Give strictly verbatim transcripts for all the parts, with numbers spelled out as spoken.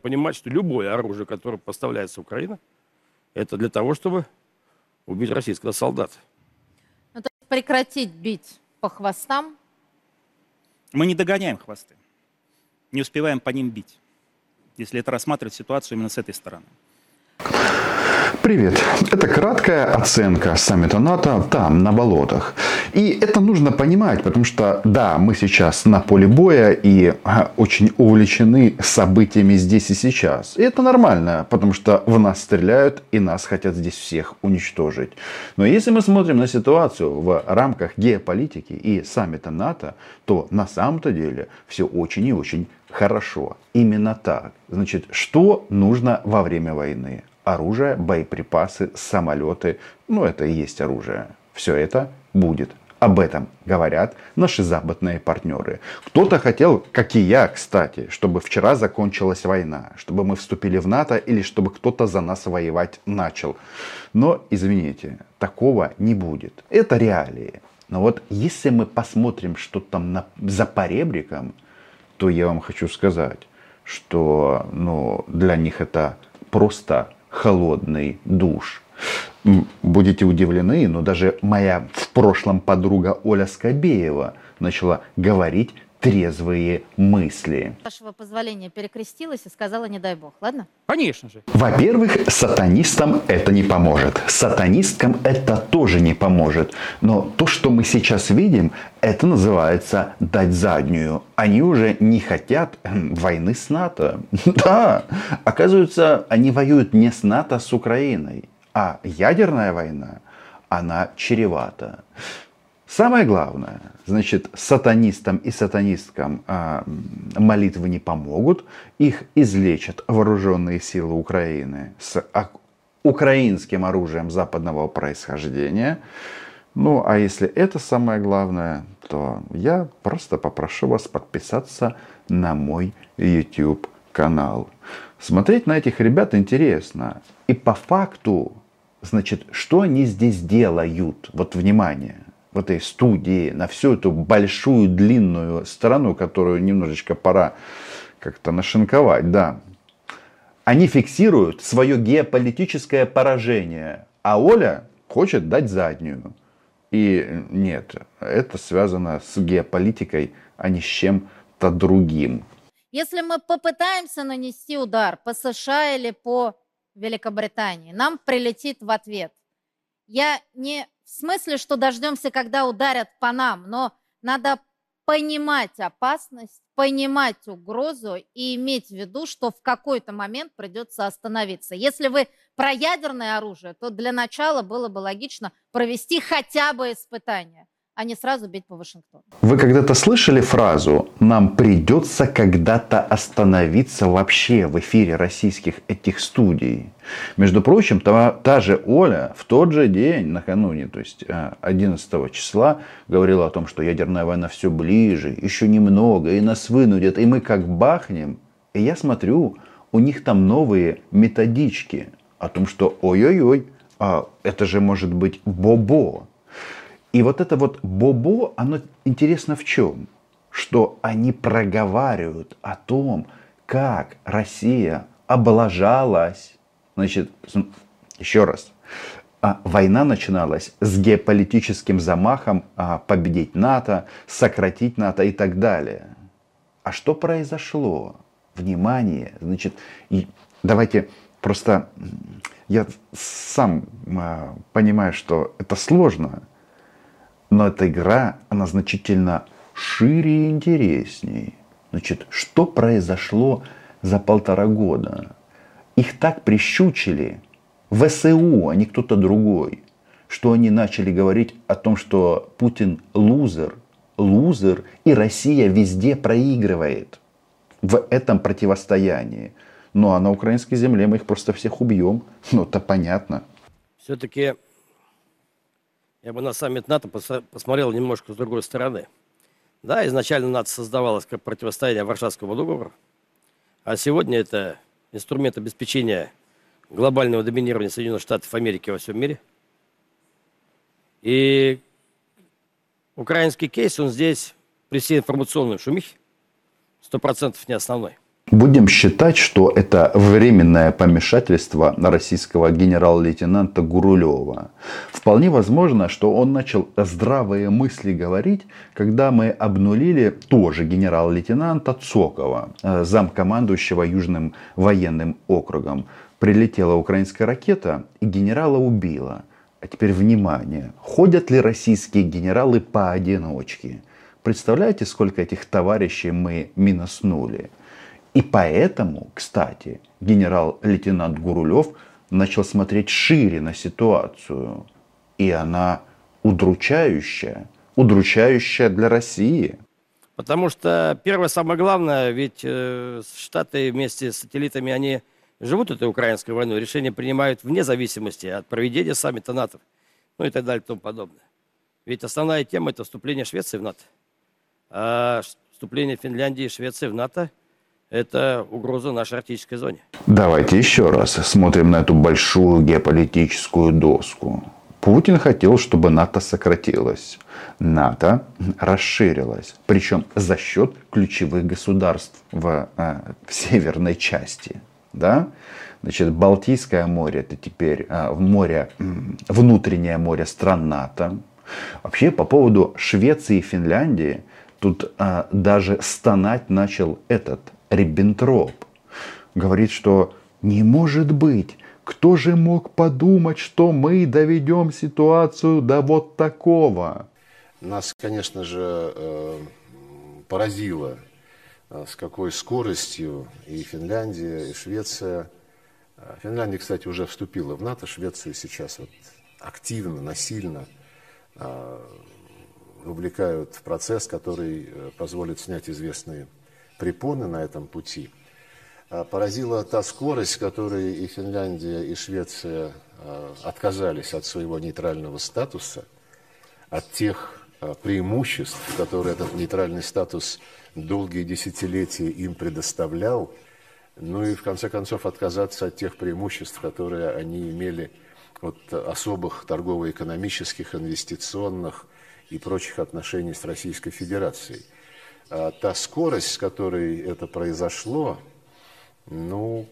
понимать, что любое оружие, которое поставляется в Украину, это для того, чтобы убить российского солдата. Ну, то есть прекратить бить по хвостам? Мы не догоняем хвосты, не успеваем по ним бить, если это рассматривать ситуацию именно с этой стороны. Привет. Это краткая оценка саммита НАТО там, на болотах. И это нужно понимать, потому что, да, мы сейчас на поле боя и очень увлечены событиями здесь и сейчас. И это нормально, потому что в нас стреляют и нас хотят здесь всех уничтожить. Но если мы смотрим на ситуацию в рамках геополитики и саммита НАТО, то на самом-то деле все очень и очень хорошо. Именно так. Значит, что нужно во время войны? Оружие, боеприпасы, самолеты. Ну, это и есть оружие. Все это будет. Об этом говорят наши западные партнеры. Кто-то хотел, как и я, кстати, чтобы вчера закончилась война. Чтобы мы вступили в НАТО или чтобы кто-то за нас воевать начал. Но, извините, такого не будет. Это реалии. Но вот если мы посмотрим, что там на, за поребриком, то я вам хочу сказать, что ну, для них это просто холодный душ. Будете удивлены, но даже моя в прошлом подруга Оля Скобеева начала говорить трезвые мысли. С вашего позволения перекрестилась и сказала: не дай бог, ладно? Конечно же. Во-первых, сатанистам это не поможет. Сатанисткам это тоже не поможет. Но то, что мы сейчас видим, это называется дать заднюю. Они уже не хотят войны с НАТО. Да, оказывается, они воюют не с НАТО, а с Украиной. А ядерная война, она чревата. Самое главное, значит, сатанистам и сатанисткам а, молитвы не помогут. Их излечат вооруженные силы Украины с а, украинским оружием западного происхождения. Ну, а если это самое главное, то я просто попрошу вас подписаться на мой YouTube канал. Смотреть на этих ребят интересно. И по факту, значит, что они здесь делают? Вот внимание. В этой студии, на всю эту большую длинную страну, которую немножечко пора как-то нашинковать, да. Они фиксируют свое геополитическое поражение, а Оля хочет дать заднюю. И нет, это связано с геополитикой, а не с чем-то другим. Если мы попытаемся нанести удар по США или по Великобритании, нам прилетит в ответ. Я не в смысле, что дождемся, когда ударят по нам, но надо понимать опасность, понимать угрозу и иметь в виду, что в какой-то момент придется остановиться. Если вы про ядерное оружие, то для начала было бы логично провести хотя бы испытания, а не сразу бить по Вашингтону. Вы когда-то слышали фразу «нам придется когда-то остановиться» вообще в эфире российских этих студий? Между прочим, та, та же Оля в тот же день, накануне, то есть одиннадцатого числа, говорила о том, что ядерная война все ближе, еще немного, и нас вынудят, и мы как бахнем. И я смотрю, у них там новые методички о том, что ой-ой-ой, а это же может быть бобо. И вот это вот бобо, оно интересно в чем? Что они проговаривают о том, как Россия облажалась. Значит, еще раз. Война начиналась с геополитическим замахом победить НАТО, сократить НАТО и так далее. А что произошло? Внимание. Значит, и давайте просто... Я сам понимаю, что это сложно. Но эта игра, она значительно шире и интересней. Значит, что произошло за полтора года? Их так прищучили, ВСУ, а не кто-то другой, что они начали говорить о том, что Путин лузер, лузер, и Россия везде проигрывает в этом противостоянии. Ну а на украинской земле мы их просто всех убьем. Ну это понятно. Все-таки я бы на саммит НАТО посмотрел немножко с другой стороны. Да, изначально НАТО создавалось как противостояние Варшавскому договору, а сегодня это инструмент обеспечения глобального доминирования Соединенных Штатов Америки во всем мире. И украинский кейс, он здесь при всей информационной шумихе сто процентов не основной. Будем считать, что это временное помешательство российского генерал-лейтенанта Гурулева. Вполне возможно, что он начал здравые мысли говорить, когда мы обнулили тоже генерал-лейтенанта Цокова, замкомандующего Южным военным округом. Прилетела украинская ракета и генерала убила. А теперь внимание, ходят ли российские генералы поодиночке? Представляете, сколько этих товарищей мы минуснули? И поэтому, кстати, генерал-лейтенант Гурулев начал смотреть шире на ситуацию. И она удручающая, удручающая для России. Потому что первое, самое главное, ведь э, Штаты вместе с сателлитами, они живут этой украинской войной, решения принимают вне зависимости от проведения саммита НАТО, ну и так далее и тому подобное. Ведь основная тема – это вступление Швеции в НАТО. А вступление Финляндии и Швеции в НАТО – это угроза нашей арктической зоне. Давайте еще раз смотрим на эту большую геополитическую доску. Путин хотел, чтобы НАТО сократилось. НАТО расширилось. Причем за счет ключевых государств в, э, в северной части. Да? Значит, Балтийское море — это теперь э, море, внутреннее море стран НАТО. Вообще, по поводу Швеции и Финляндии, тут э, даже стонать начал этот Риббентроп. Говорит, что не может быть. Кто же мог подумать, что мы доведем ситуацию до вот такого? Нас, конечно же, поразило, с какой скоростью и Финляндия, и Швеция. Финляндия, кстати, уже вступила в НАТО, Швецию сейчас вот активно, насильно вовлекают в процесс, который позволит снять известные препоны на этом пути. Поразила та скорость, с которой и Финляндия, и Швеция отказались от своего нейтрального статуса, от тех преимуществ, которые этот нейтральный статус долгие десятилетия им предоставлял, ну и в конце концов отказаться от тех преимуществ, которые они имели от особых торгово-экономических, инвестиционных и прочих отношений с Российской Федерацией. А та скорость, с которой это произошло, ну,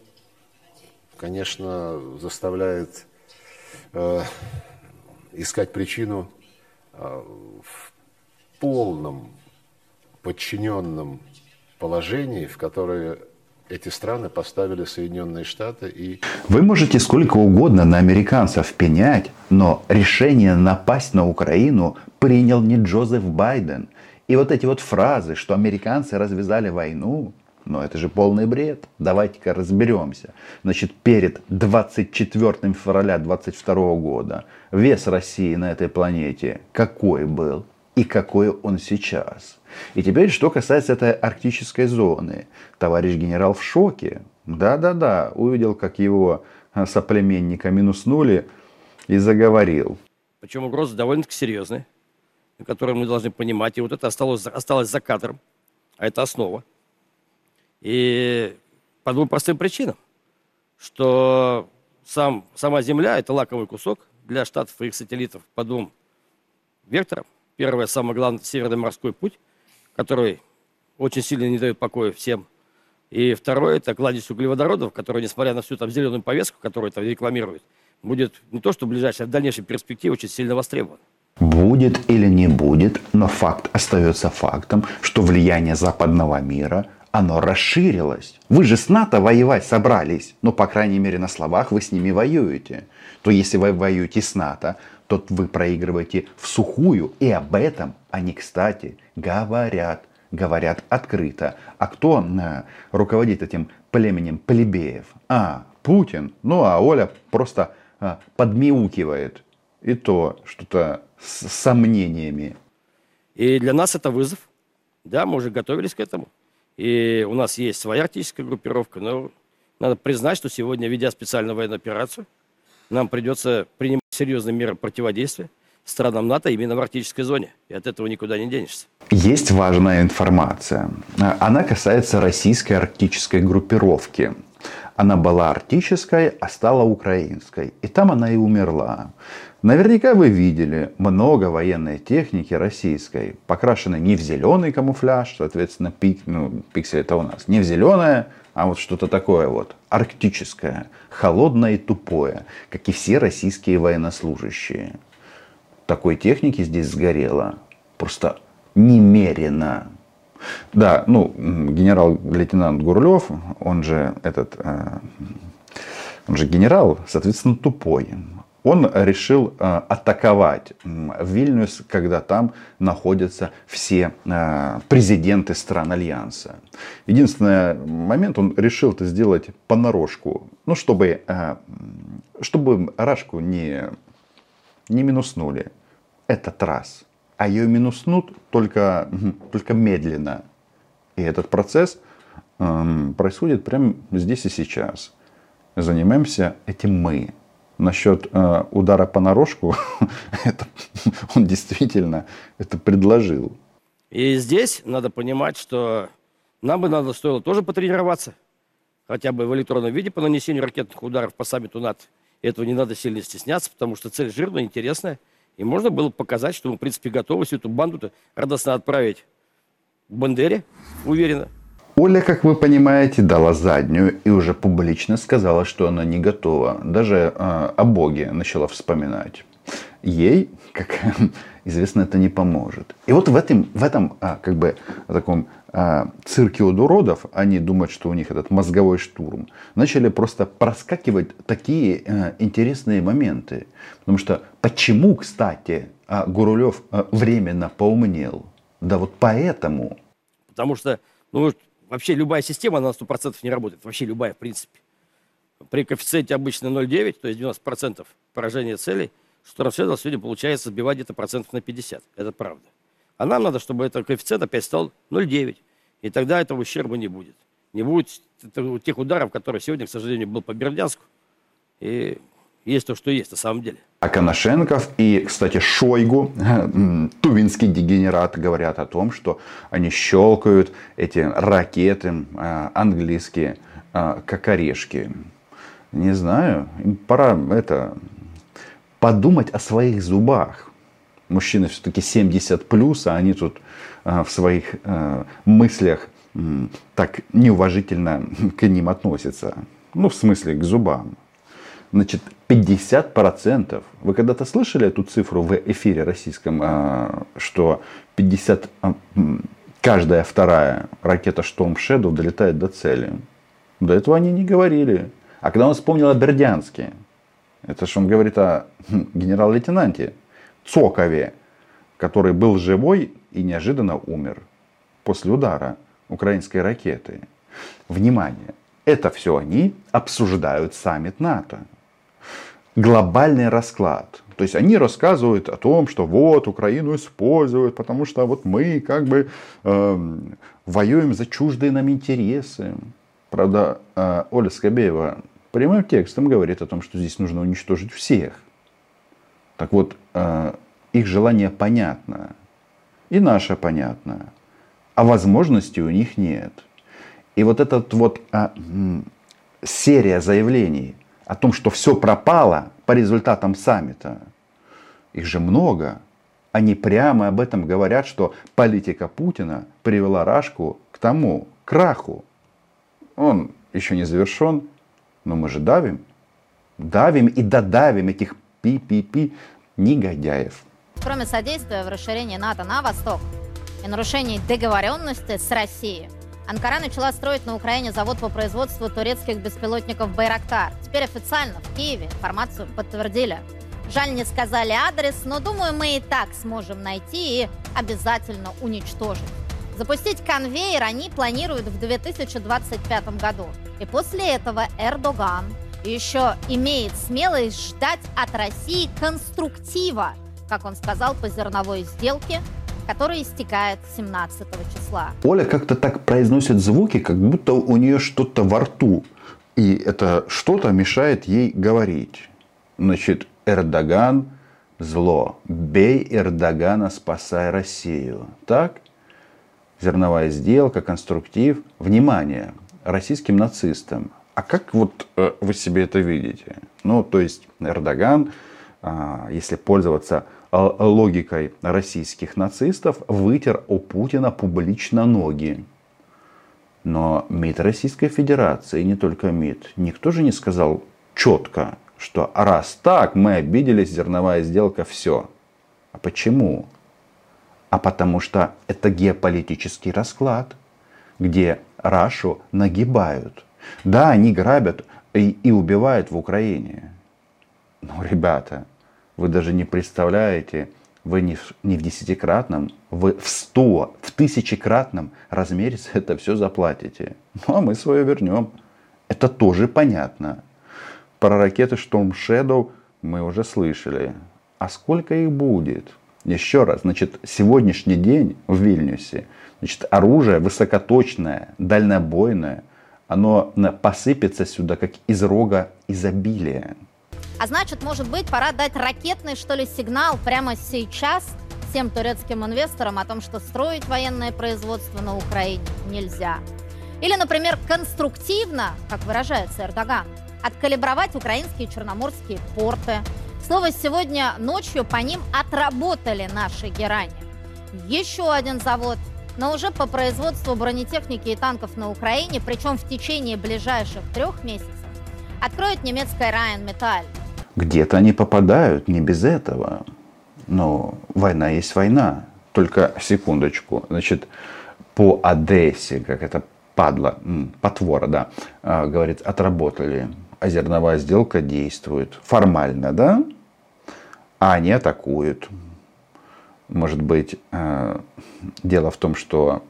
конечно, заставляет э, искать причину э, в полном подчиненном положении, в которое эти страны поставили Соединенные Штаты. И... Вы можете сколько угодно на американцев пенять, но решение напасть на Украину принял не Джозеф Байден. И вот эти вот фразы, что американцы развязали войну, ну это же полный бред. Давайте-ка разберемся. Значит, перед двадцать четвёртым февраля двадцать второго года вес России на этой планете какой был и какой он сейчас. И теперь, что касается этой арктической зоны. Товарищ генерал в шоке. Да-да-да, увидел, как его соплеменника минуснули и заговорил. Причем угроза довольно-таки серьезная, которую мы должны понимать. И вот это осталось, осталось за кадром. А это основа. И по двум простым причинам. Что сам, сама Земля – это лакомый кусок для Штатов и их сателлитов по двум векторам. Первое, самое главное, Северный морской путь, который очень сильно не дает покоя всем. И второе – это кладезь углеводородов, который, несмотря на всю там зеленую повестку, которую там рекламируют, будет не то что в ближайшей, а в дальнейшей перспективе очень сильно востребован. Будет или не будет, но факт остается фактом, что влияние западного мира, оно расширилось. Вы же с НАТО воевать собрались, ну, по крайней мере, на словах вы с ними воюете. То если вы воюете с НАТО, то вы проигрываете всухую, и об этом они, кстати, говорят. Говорят открыто. А кто э, руководит этим племенем плебеев? А, Путин. Ну, а Оля просто э, подмяукивает. И то что-то с сомнениями. И для нас это вызов. Да, мы уже готовились к этому. И у нас есть своя арктическая группировка. Но надо признать, что сегодня, ведя специальную военную операцию, нам придется принимать серьезные меры противодействия странам НАТО именно в арктической зоне. И от этого никуда не денешься. Есть важная информация. Она касается российской арктической группировки. Она была арктической, а стала украинской. И там она и умерла. Наверняка вы видели много военной техники российской, покрашенной не в зеленый камуфляж, соответственно, пик, ну, пиксель это у нас, не в зеленое, а вот что-то такое вот, арктическое, холодное и тупое, как и все российские военнослужащие. Такой техники здесь сгорело просто немерено. Да, ну, генерал-лейтенант Гурлев, он же этот, он же генерал, соответственно, тупой. Он решил э, атаковать Вильнюс, когда там находятся все э, президенты стран Альянса. Единственный момент, он решил это сделать понарошку, ну, чтобы, э, чтобы Рашку не, не минуснули. Этот раз. А ее минуснут только, только медленно. И этот процесс э, происходит прямо здесь и сейчас. Занимаемся этим мы. Насчет э, удара понарошку, это, он действительно это предложил. И здесь надо понимать, что нам бы надо стоило тоже потренироваться. Хотя бы в электронном виде по нанесению ракетных ударов по саммиту НАТО. Этого не надо сильно стесняться, потому что цель жирная, интересная. И можно было показать, что мы, в принципе, готовы всю эту банду-то радостно отправить к Бандере, уверенно. Оля, как вы понимаете, дала заднюю и уже публично сказала, что она не готова. Даже э, о Боге начала вспоминать. Ей, как известно, это не поможет. И вот в этом, в этом а, как бы, таком а, цирке уродов, они думают, что у них этот мозговой штурм, начали просто проскакивать такие а, интересные моменты. Потому что почему, кстати, а, Гурулев а, временно поумнел? Да вот поэтому. Потому что, ну, вообще любая система, она на сто процентов не работает. Вообще любая, в принципе. При коэффициенте обычно ноль целых девять, то есть девяносто процентов поражения целей, Штормшедл сегодня получается сбивать где-то процентов на пятьдесят. Это правда. А нам надо, чтобы этот коэффициент опять стал ноль целых девять. И тогда этого ущерба не будет. Не будет тех ударов, которые сегодня, к сожалению, был по Бердянску. И есть то, что есть на самом деле. А Коношенков и, кстати, Шойгу, тувинский дегенерат, говорят о том, что они щелкают эти ракеты английские, как орешки. Не знаю, им пора это... подумать о своих зубах. Мужчины все-таки семьдесят плюс, а они тут э, в своих э, мыслях э, так неуважительно к ним относятся. Ну, в смысле, к зубам. Значит, пятьдесят процентов. Вы когда-то слышали эту цифру в эфире российском, э, что пятьдесят, э, каждая вторая ракета Storm Shadow долетает до цели? До этого они не говорили. А когда он вспомнил о Бердянске, это же он говорит о генерал-лейтенанте Цокове, который был живой и неожиданно умер после удара украинской ракеты. Внимание! Это все они обсуждают саммит НАТО. Глобальный расклад. То есть они рассказывают о том, что вот Украину используют, потому что вот мы как бы э, воюем за чуждые нам интересы. Правда, э, Оля Скобеева прямым текстом говорит о том, что здесь нужно уничтожить всех. Так вот, э, их желание понятно. И наше понятно. А возможностей у них нет. И вот эта вот э, серия заявлений о том, что все пропало по результатам саммита, их же много. Они прямо об этом говорят, что политика Путина привела Рашку к тому, к краху. Он еще не завершен. Но мы же давим, давим и додавим этих пи-пи-пи негодяев. Кроме содействия в расширении НАТО на восток и нарушении договоренности с Россией, Анкара начала строить на Украине завод по производству турецких беспилотников «Байрактар». Теперь официально в Киеве информацию подтвердили. Жаль, не сказали адрес, но думаю, мы и так сможем найти и обязательно уничтожить. Запустить конвейер они планируют в две тысячи двадцать пятом году. И после этого Эрдоган еще имеет смелость ждать от России конструктива, как он сказал, по зерновой сделке, которая истекает семнадцатого числа. Оля как-то так произносит звуки, как будто у нее что-то во рту. И это что-то мешает ей говорить. Значит, Эрдоган зло. Бей Эрдогана, спасай Россию. Так? Зерновая сделка, конструктив. Внимание! Российским нацистам. А как вот э, вы себе это видите? Ну, то есть Эрдоган, э, если пользоваться э, логикой российских нацистов, вытер у Путина публично ноги. Но МИД Российской Федерации, и не только МИД, никто же не сказал четко, что раз так, мы обиделись, зерновая сделка, все. А почему? А потому что это геополитический расклад, где Рашу нагибают. Да, они грабят и, и убивают в Украине. Но, ребята, вы даже не представляете, вы не в, не в десятикратном, вы в сто, в тысячекратном размере за это все заплатите. Ну, а мы свое вернем. Это тоже понятно. Про ракеты Storm Shadow мы уже слышали. А сколько их будет? Еще раз, значит, сегодняшний день в Вильнюсе, значит, оружие высокоточное, дальнобойное, оно посыпется сюда, как из рога изобилия. А значит, может быть, пора дать ракетный, что ли, сигнал прямо сейчас всем турецким инвесторам о том, что строить военное производство на Украине нельзя. Или, например, конструктивно, как выражается Эрдоган, откалибровать украинские черноморские порты. Слово, сегодня ночью по ним отработали наши герани. Еще один завод, но уже по производству бронетехники и танков на Украине, причем в течение ближайших трех месяцев, откроет немецкая Rheinmetall. Где-то они попадают, не без этого. Но война есть война. Только секундочку. Значит, по Одессе, как это падла, потвора, да, говорит, отработали. А зерновая сделка действует. Формально, да? А они атакуют. Может быть, дело в том, что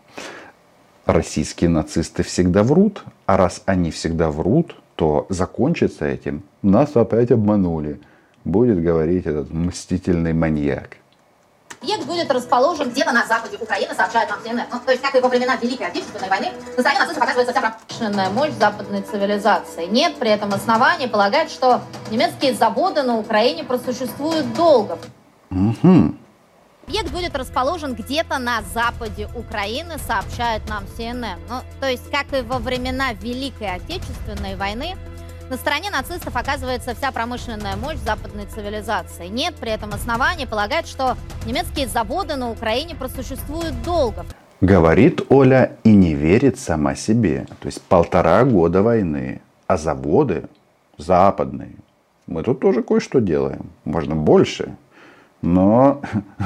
российские нацисты всегда врут. А раз они всегда врут, то закончится этим. Нас опять обманули. Будет говорить этот мстительный маньяк. Объект будет расположен где-то на западе Украины, сообщает нам си эн эн. Ну, то есть, как и во времена Великой Отечественной войны, на стороне нацистов оказывается вся промышленная мощь западной цивилизации. Нет при этом оснований полагать, что немецкие заводы на Украине просуществуют долго. Угу. Объект будет расположен где-то на западе Украины, сообщает нам си эн эн. Ну, то есть, как и во времена Великой Отечественной войны, на стороне нацистов оказывается вся промышленная мощь западной цивилизации. Нет при этом оснований полагать, что немецкие заводы на Украине просуществуют долго. Говорит Оля и не верит сама себе. То есть полтора года войны. А заводы западные. Мы тут тоже кое-что делаем. Можно больше. Но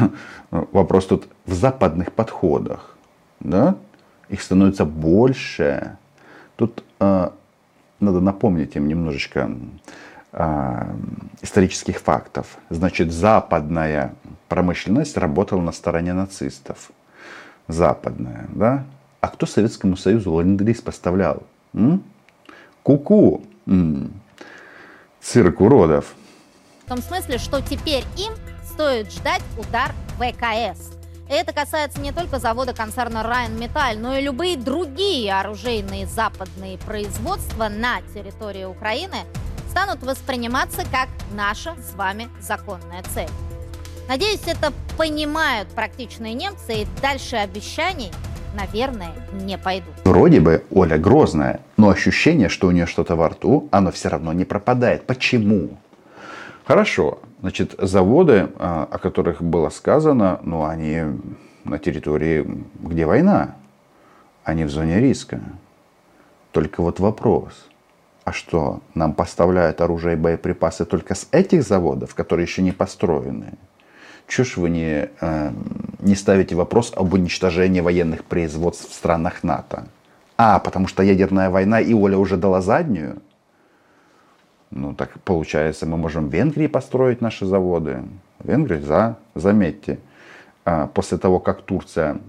вопрос тут в западных подходах. Да? Их становится больше. Тут э, надо напомнить им немножечко э, исторических фактов. Значит, западная промышленность работала на стороне нацистов. Западная, да? А кто Советскому Союзу ленд-лиз поставлял? М? Ку-ку. М. Цирк уродов. В том смысле, что теперь им стоит ждать удар вэ ка эс. И это касается не только завода концерна Rheinmetall, но и любые другие оружейные западные производства на территории Украины станут восприниматься как наша с вами законная цель. Надеюсь, это понимают практичные немцы и дальше обещаний, наверное, не пойдут. Вроде бы Оля грозная, но ощущение, что у нее что-то во рту, оно все равно не пропадает. Почему? Хорошо, значит, заводы, о которых было сказано, ну, они на территории, где война, они в зоне риска. Только вот вопрос, а что, нам поставляют оружие и боеприпасы только с этих заводов, которые еще не построены? Чего ж вы не, э, не ставите вопрос об уничтожении военных производств в странах НАТО? А, потому что ядерная война, и Оля уже дала заднюю? Ну, так получается, мы можем в Венгрии построить наши заводы. Венгрия, за, заметьте, после того, как Турция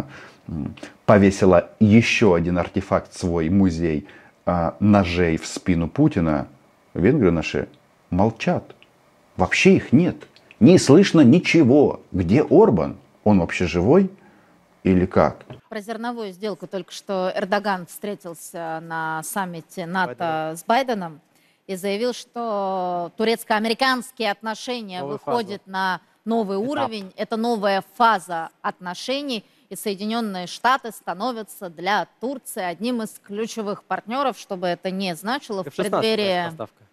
повесила еще один артефакт, свой музей ножей в спину Путина, венгры наши молчат. Вообще их нет. Не слышно ничего. Где Орбан? Он вообще живой? Или как? Про зерновую сделку только что Эрдоган встретился на саммите НАТО с Байденом и заявил, что турецко-американские отношения Новая выходят фаза. на новый Этап. уровень. Это новая фаза отношений. и Соединенные Штаты становятся для Турции одним из ключевых партнеров, чтобы это не значило в преддверии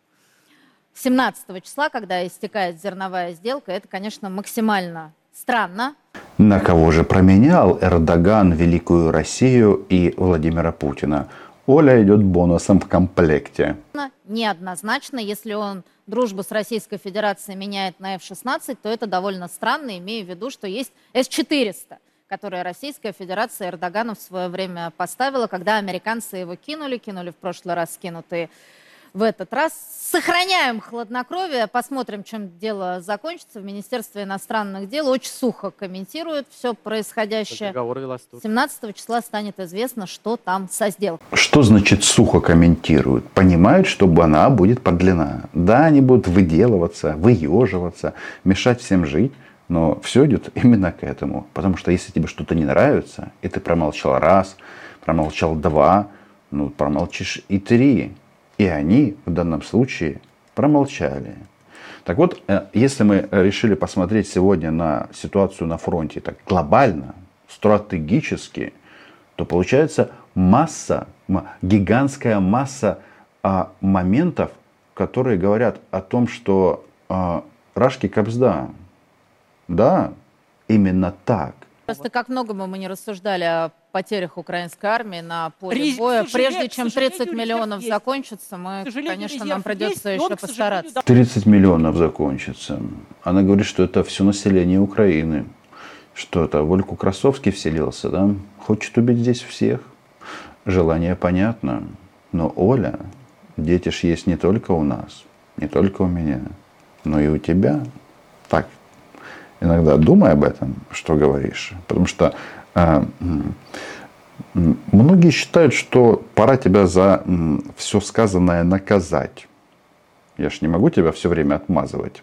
семнадцатого числа, когда истекает зерновая сделка. Это, конечно, максимально странно. На кого же променял Эрдоган Великую Россию и Владимира Путина? Оля идет бонусом в комплекте. Неоднозначно, если он дружбу с Российской Федерацией меняет на эф шестнадцать, то это довольно странно, имея в виду, что есть эс четыреста, которые Российская Федерация Эрдогану в свое время поставила, когда американцы его кинули, кинули в прошлый раз, скинутые в этот раз. Сохраняем хладнокровие, посмотрим, чем дело закончится. В Министерстве иностранных дел очень сухо комментируют все происходящее. семнадцатого числа станет известно, что там со сделкой. Что значит сухо комментируют? Понимают, что она будет продлена. Да, они будут выделываться, выеживаться, мешать всем жить. Но все идет именно к этому. Потому что если тебе что-то не нравится, и ты промолчал раз, промолчал два, ну промолчишь и три. И они в данном случае промолчали. Так вот, если мы решили посмотреть сегодня на ситуацию на фронте так глобально, стратегически, то получается масса, гигантская масса а, моментов, которые говорят о том, что а, рашки кабзда. Да, именно так. Просто как много мы не рассуждали о потерях украинской армии на поле боя. Прежде чем тридцать миллионов закончится, мы, конечно, нам придется еще постараться. тридцать миллионов закончится. Она говорит, что это все население Украины. Что это, Вольку Красовский вселился, да? Хочет убить здесь всех. Желание понятно. Но, Оля, дети ж есть не только у нас, не только у меня, но и у тебя. Так, иногда думай об этом, что говоришь. Потому что э, многие считают, что пора тебя за э, все сказанное наказать. Я ж не могу тебя все время отмазывать.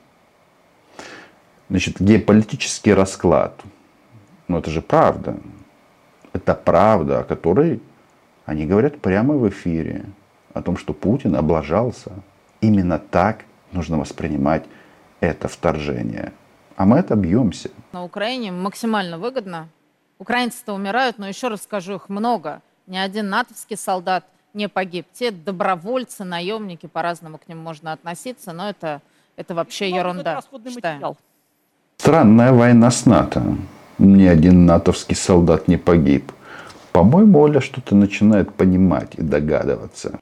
Значит, геополитический расклад. Ну, это же правда. Это правда, о которой они говорят прямо в эфире. О том, что Путин облажался. Именно так нужно воспринимать это вторжение. А мы отобьемся. На Украине максимально выгодно. Украинцы-то умирают, но еще раз скажу, их много. Ни один натовский солдат не погиб. Те добровольцы, наемники, по-разному к ним можно относиться, но это, это вообще но ерунда. Это странная война с НАТО. Ни один натовский солдат не погиб. По-моему, Оля что-то начинает понимать и догадываться.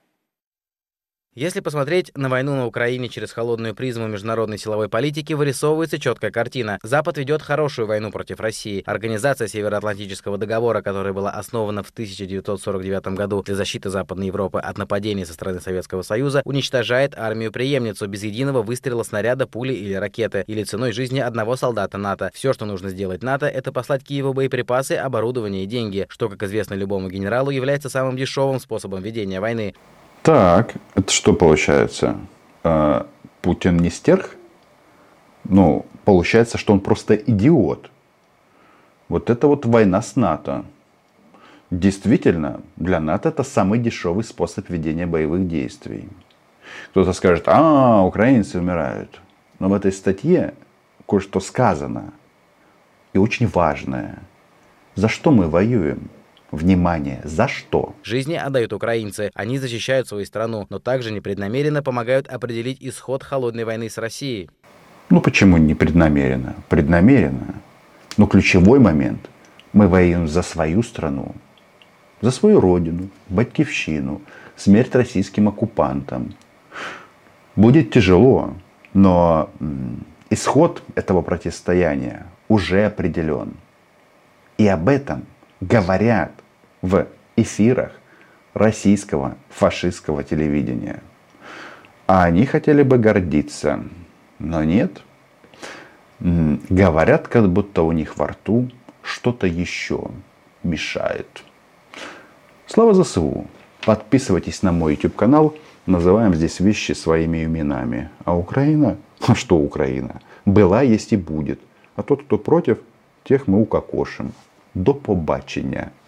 Если посмотреть на войну на Украине через холодную призму международной силовой политики, вырисовывается четкая картина. Запад ведет хорошую войну против России. Организация Североатлантического договора, которая была основана в тысяча девятьсот сорок девятом году для защиты Западной Европы от нападений со стороны Советского Союза, уничтожает армию-преемницу без единого выстрела снаряда, пули или ракеты, или ценой жизни одного солдата НАТО. Все, что нужно сделать НАТО, это послать Киеву боеприпасы, оборудование и деньги, что, как известно любому генералу, является самым дешевым способом ведения войны. Так, это что получается? Путин не стерх? Ну, получается, что он просто идиот. Вот это вот война с НАТО. Действительно, для НАТО это самый дешевый способ ведения боевых действий. Кто-то скажет, а, украинцы умирают. Но в этой статье кое-что сказано. И очень важное. За что мы воюем? Внимание, за что? Жизни отдают украинцы. Они защищают свою страну, но также непреднамеренно помогают определить исход холодной войны с Россией. Ну почему непреднамеренно? Преднамеренно. Но ключевой момент. Мы воюем за свою страну. За свою родину, батькивщину, смерть российским оккупантам. Будет тяжело, но исход этого противостояния уже определен. И об этом говорят в эфирах российского фашистского телевидения. А они хотели бы гордиться, но нет. Говорят, как будто у них во рту что-то еще мешает. Слава ЗСУ! Подписывайтесь на мой YouTube канал. Называем здесь вещи своими именами. А Украина? А что Украина? Была, есть и будет. А тот, кто против, тех мы укокошим. До побачення.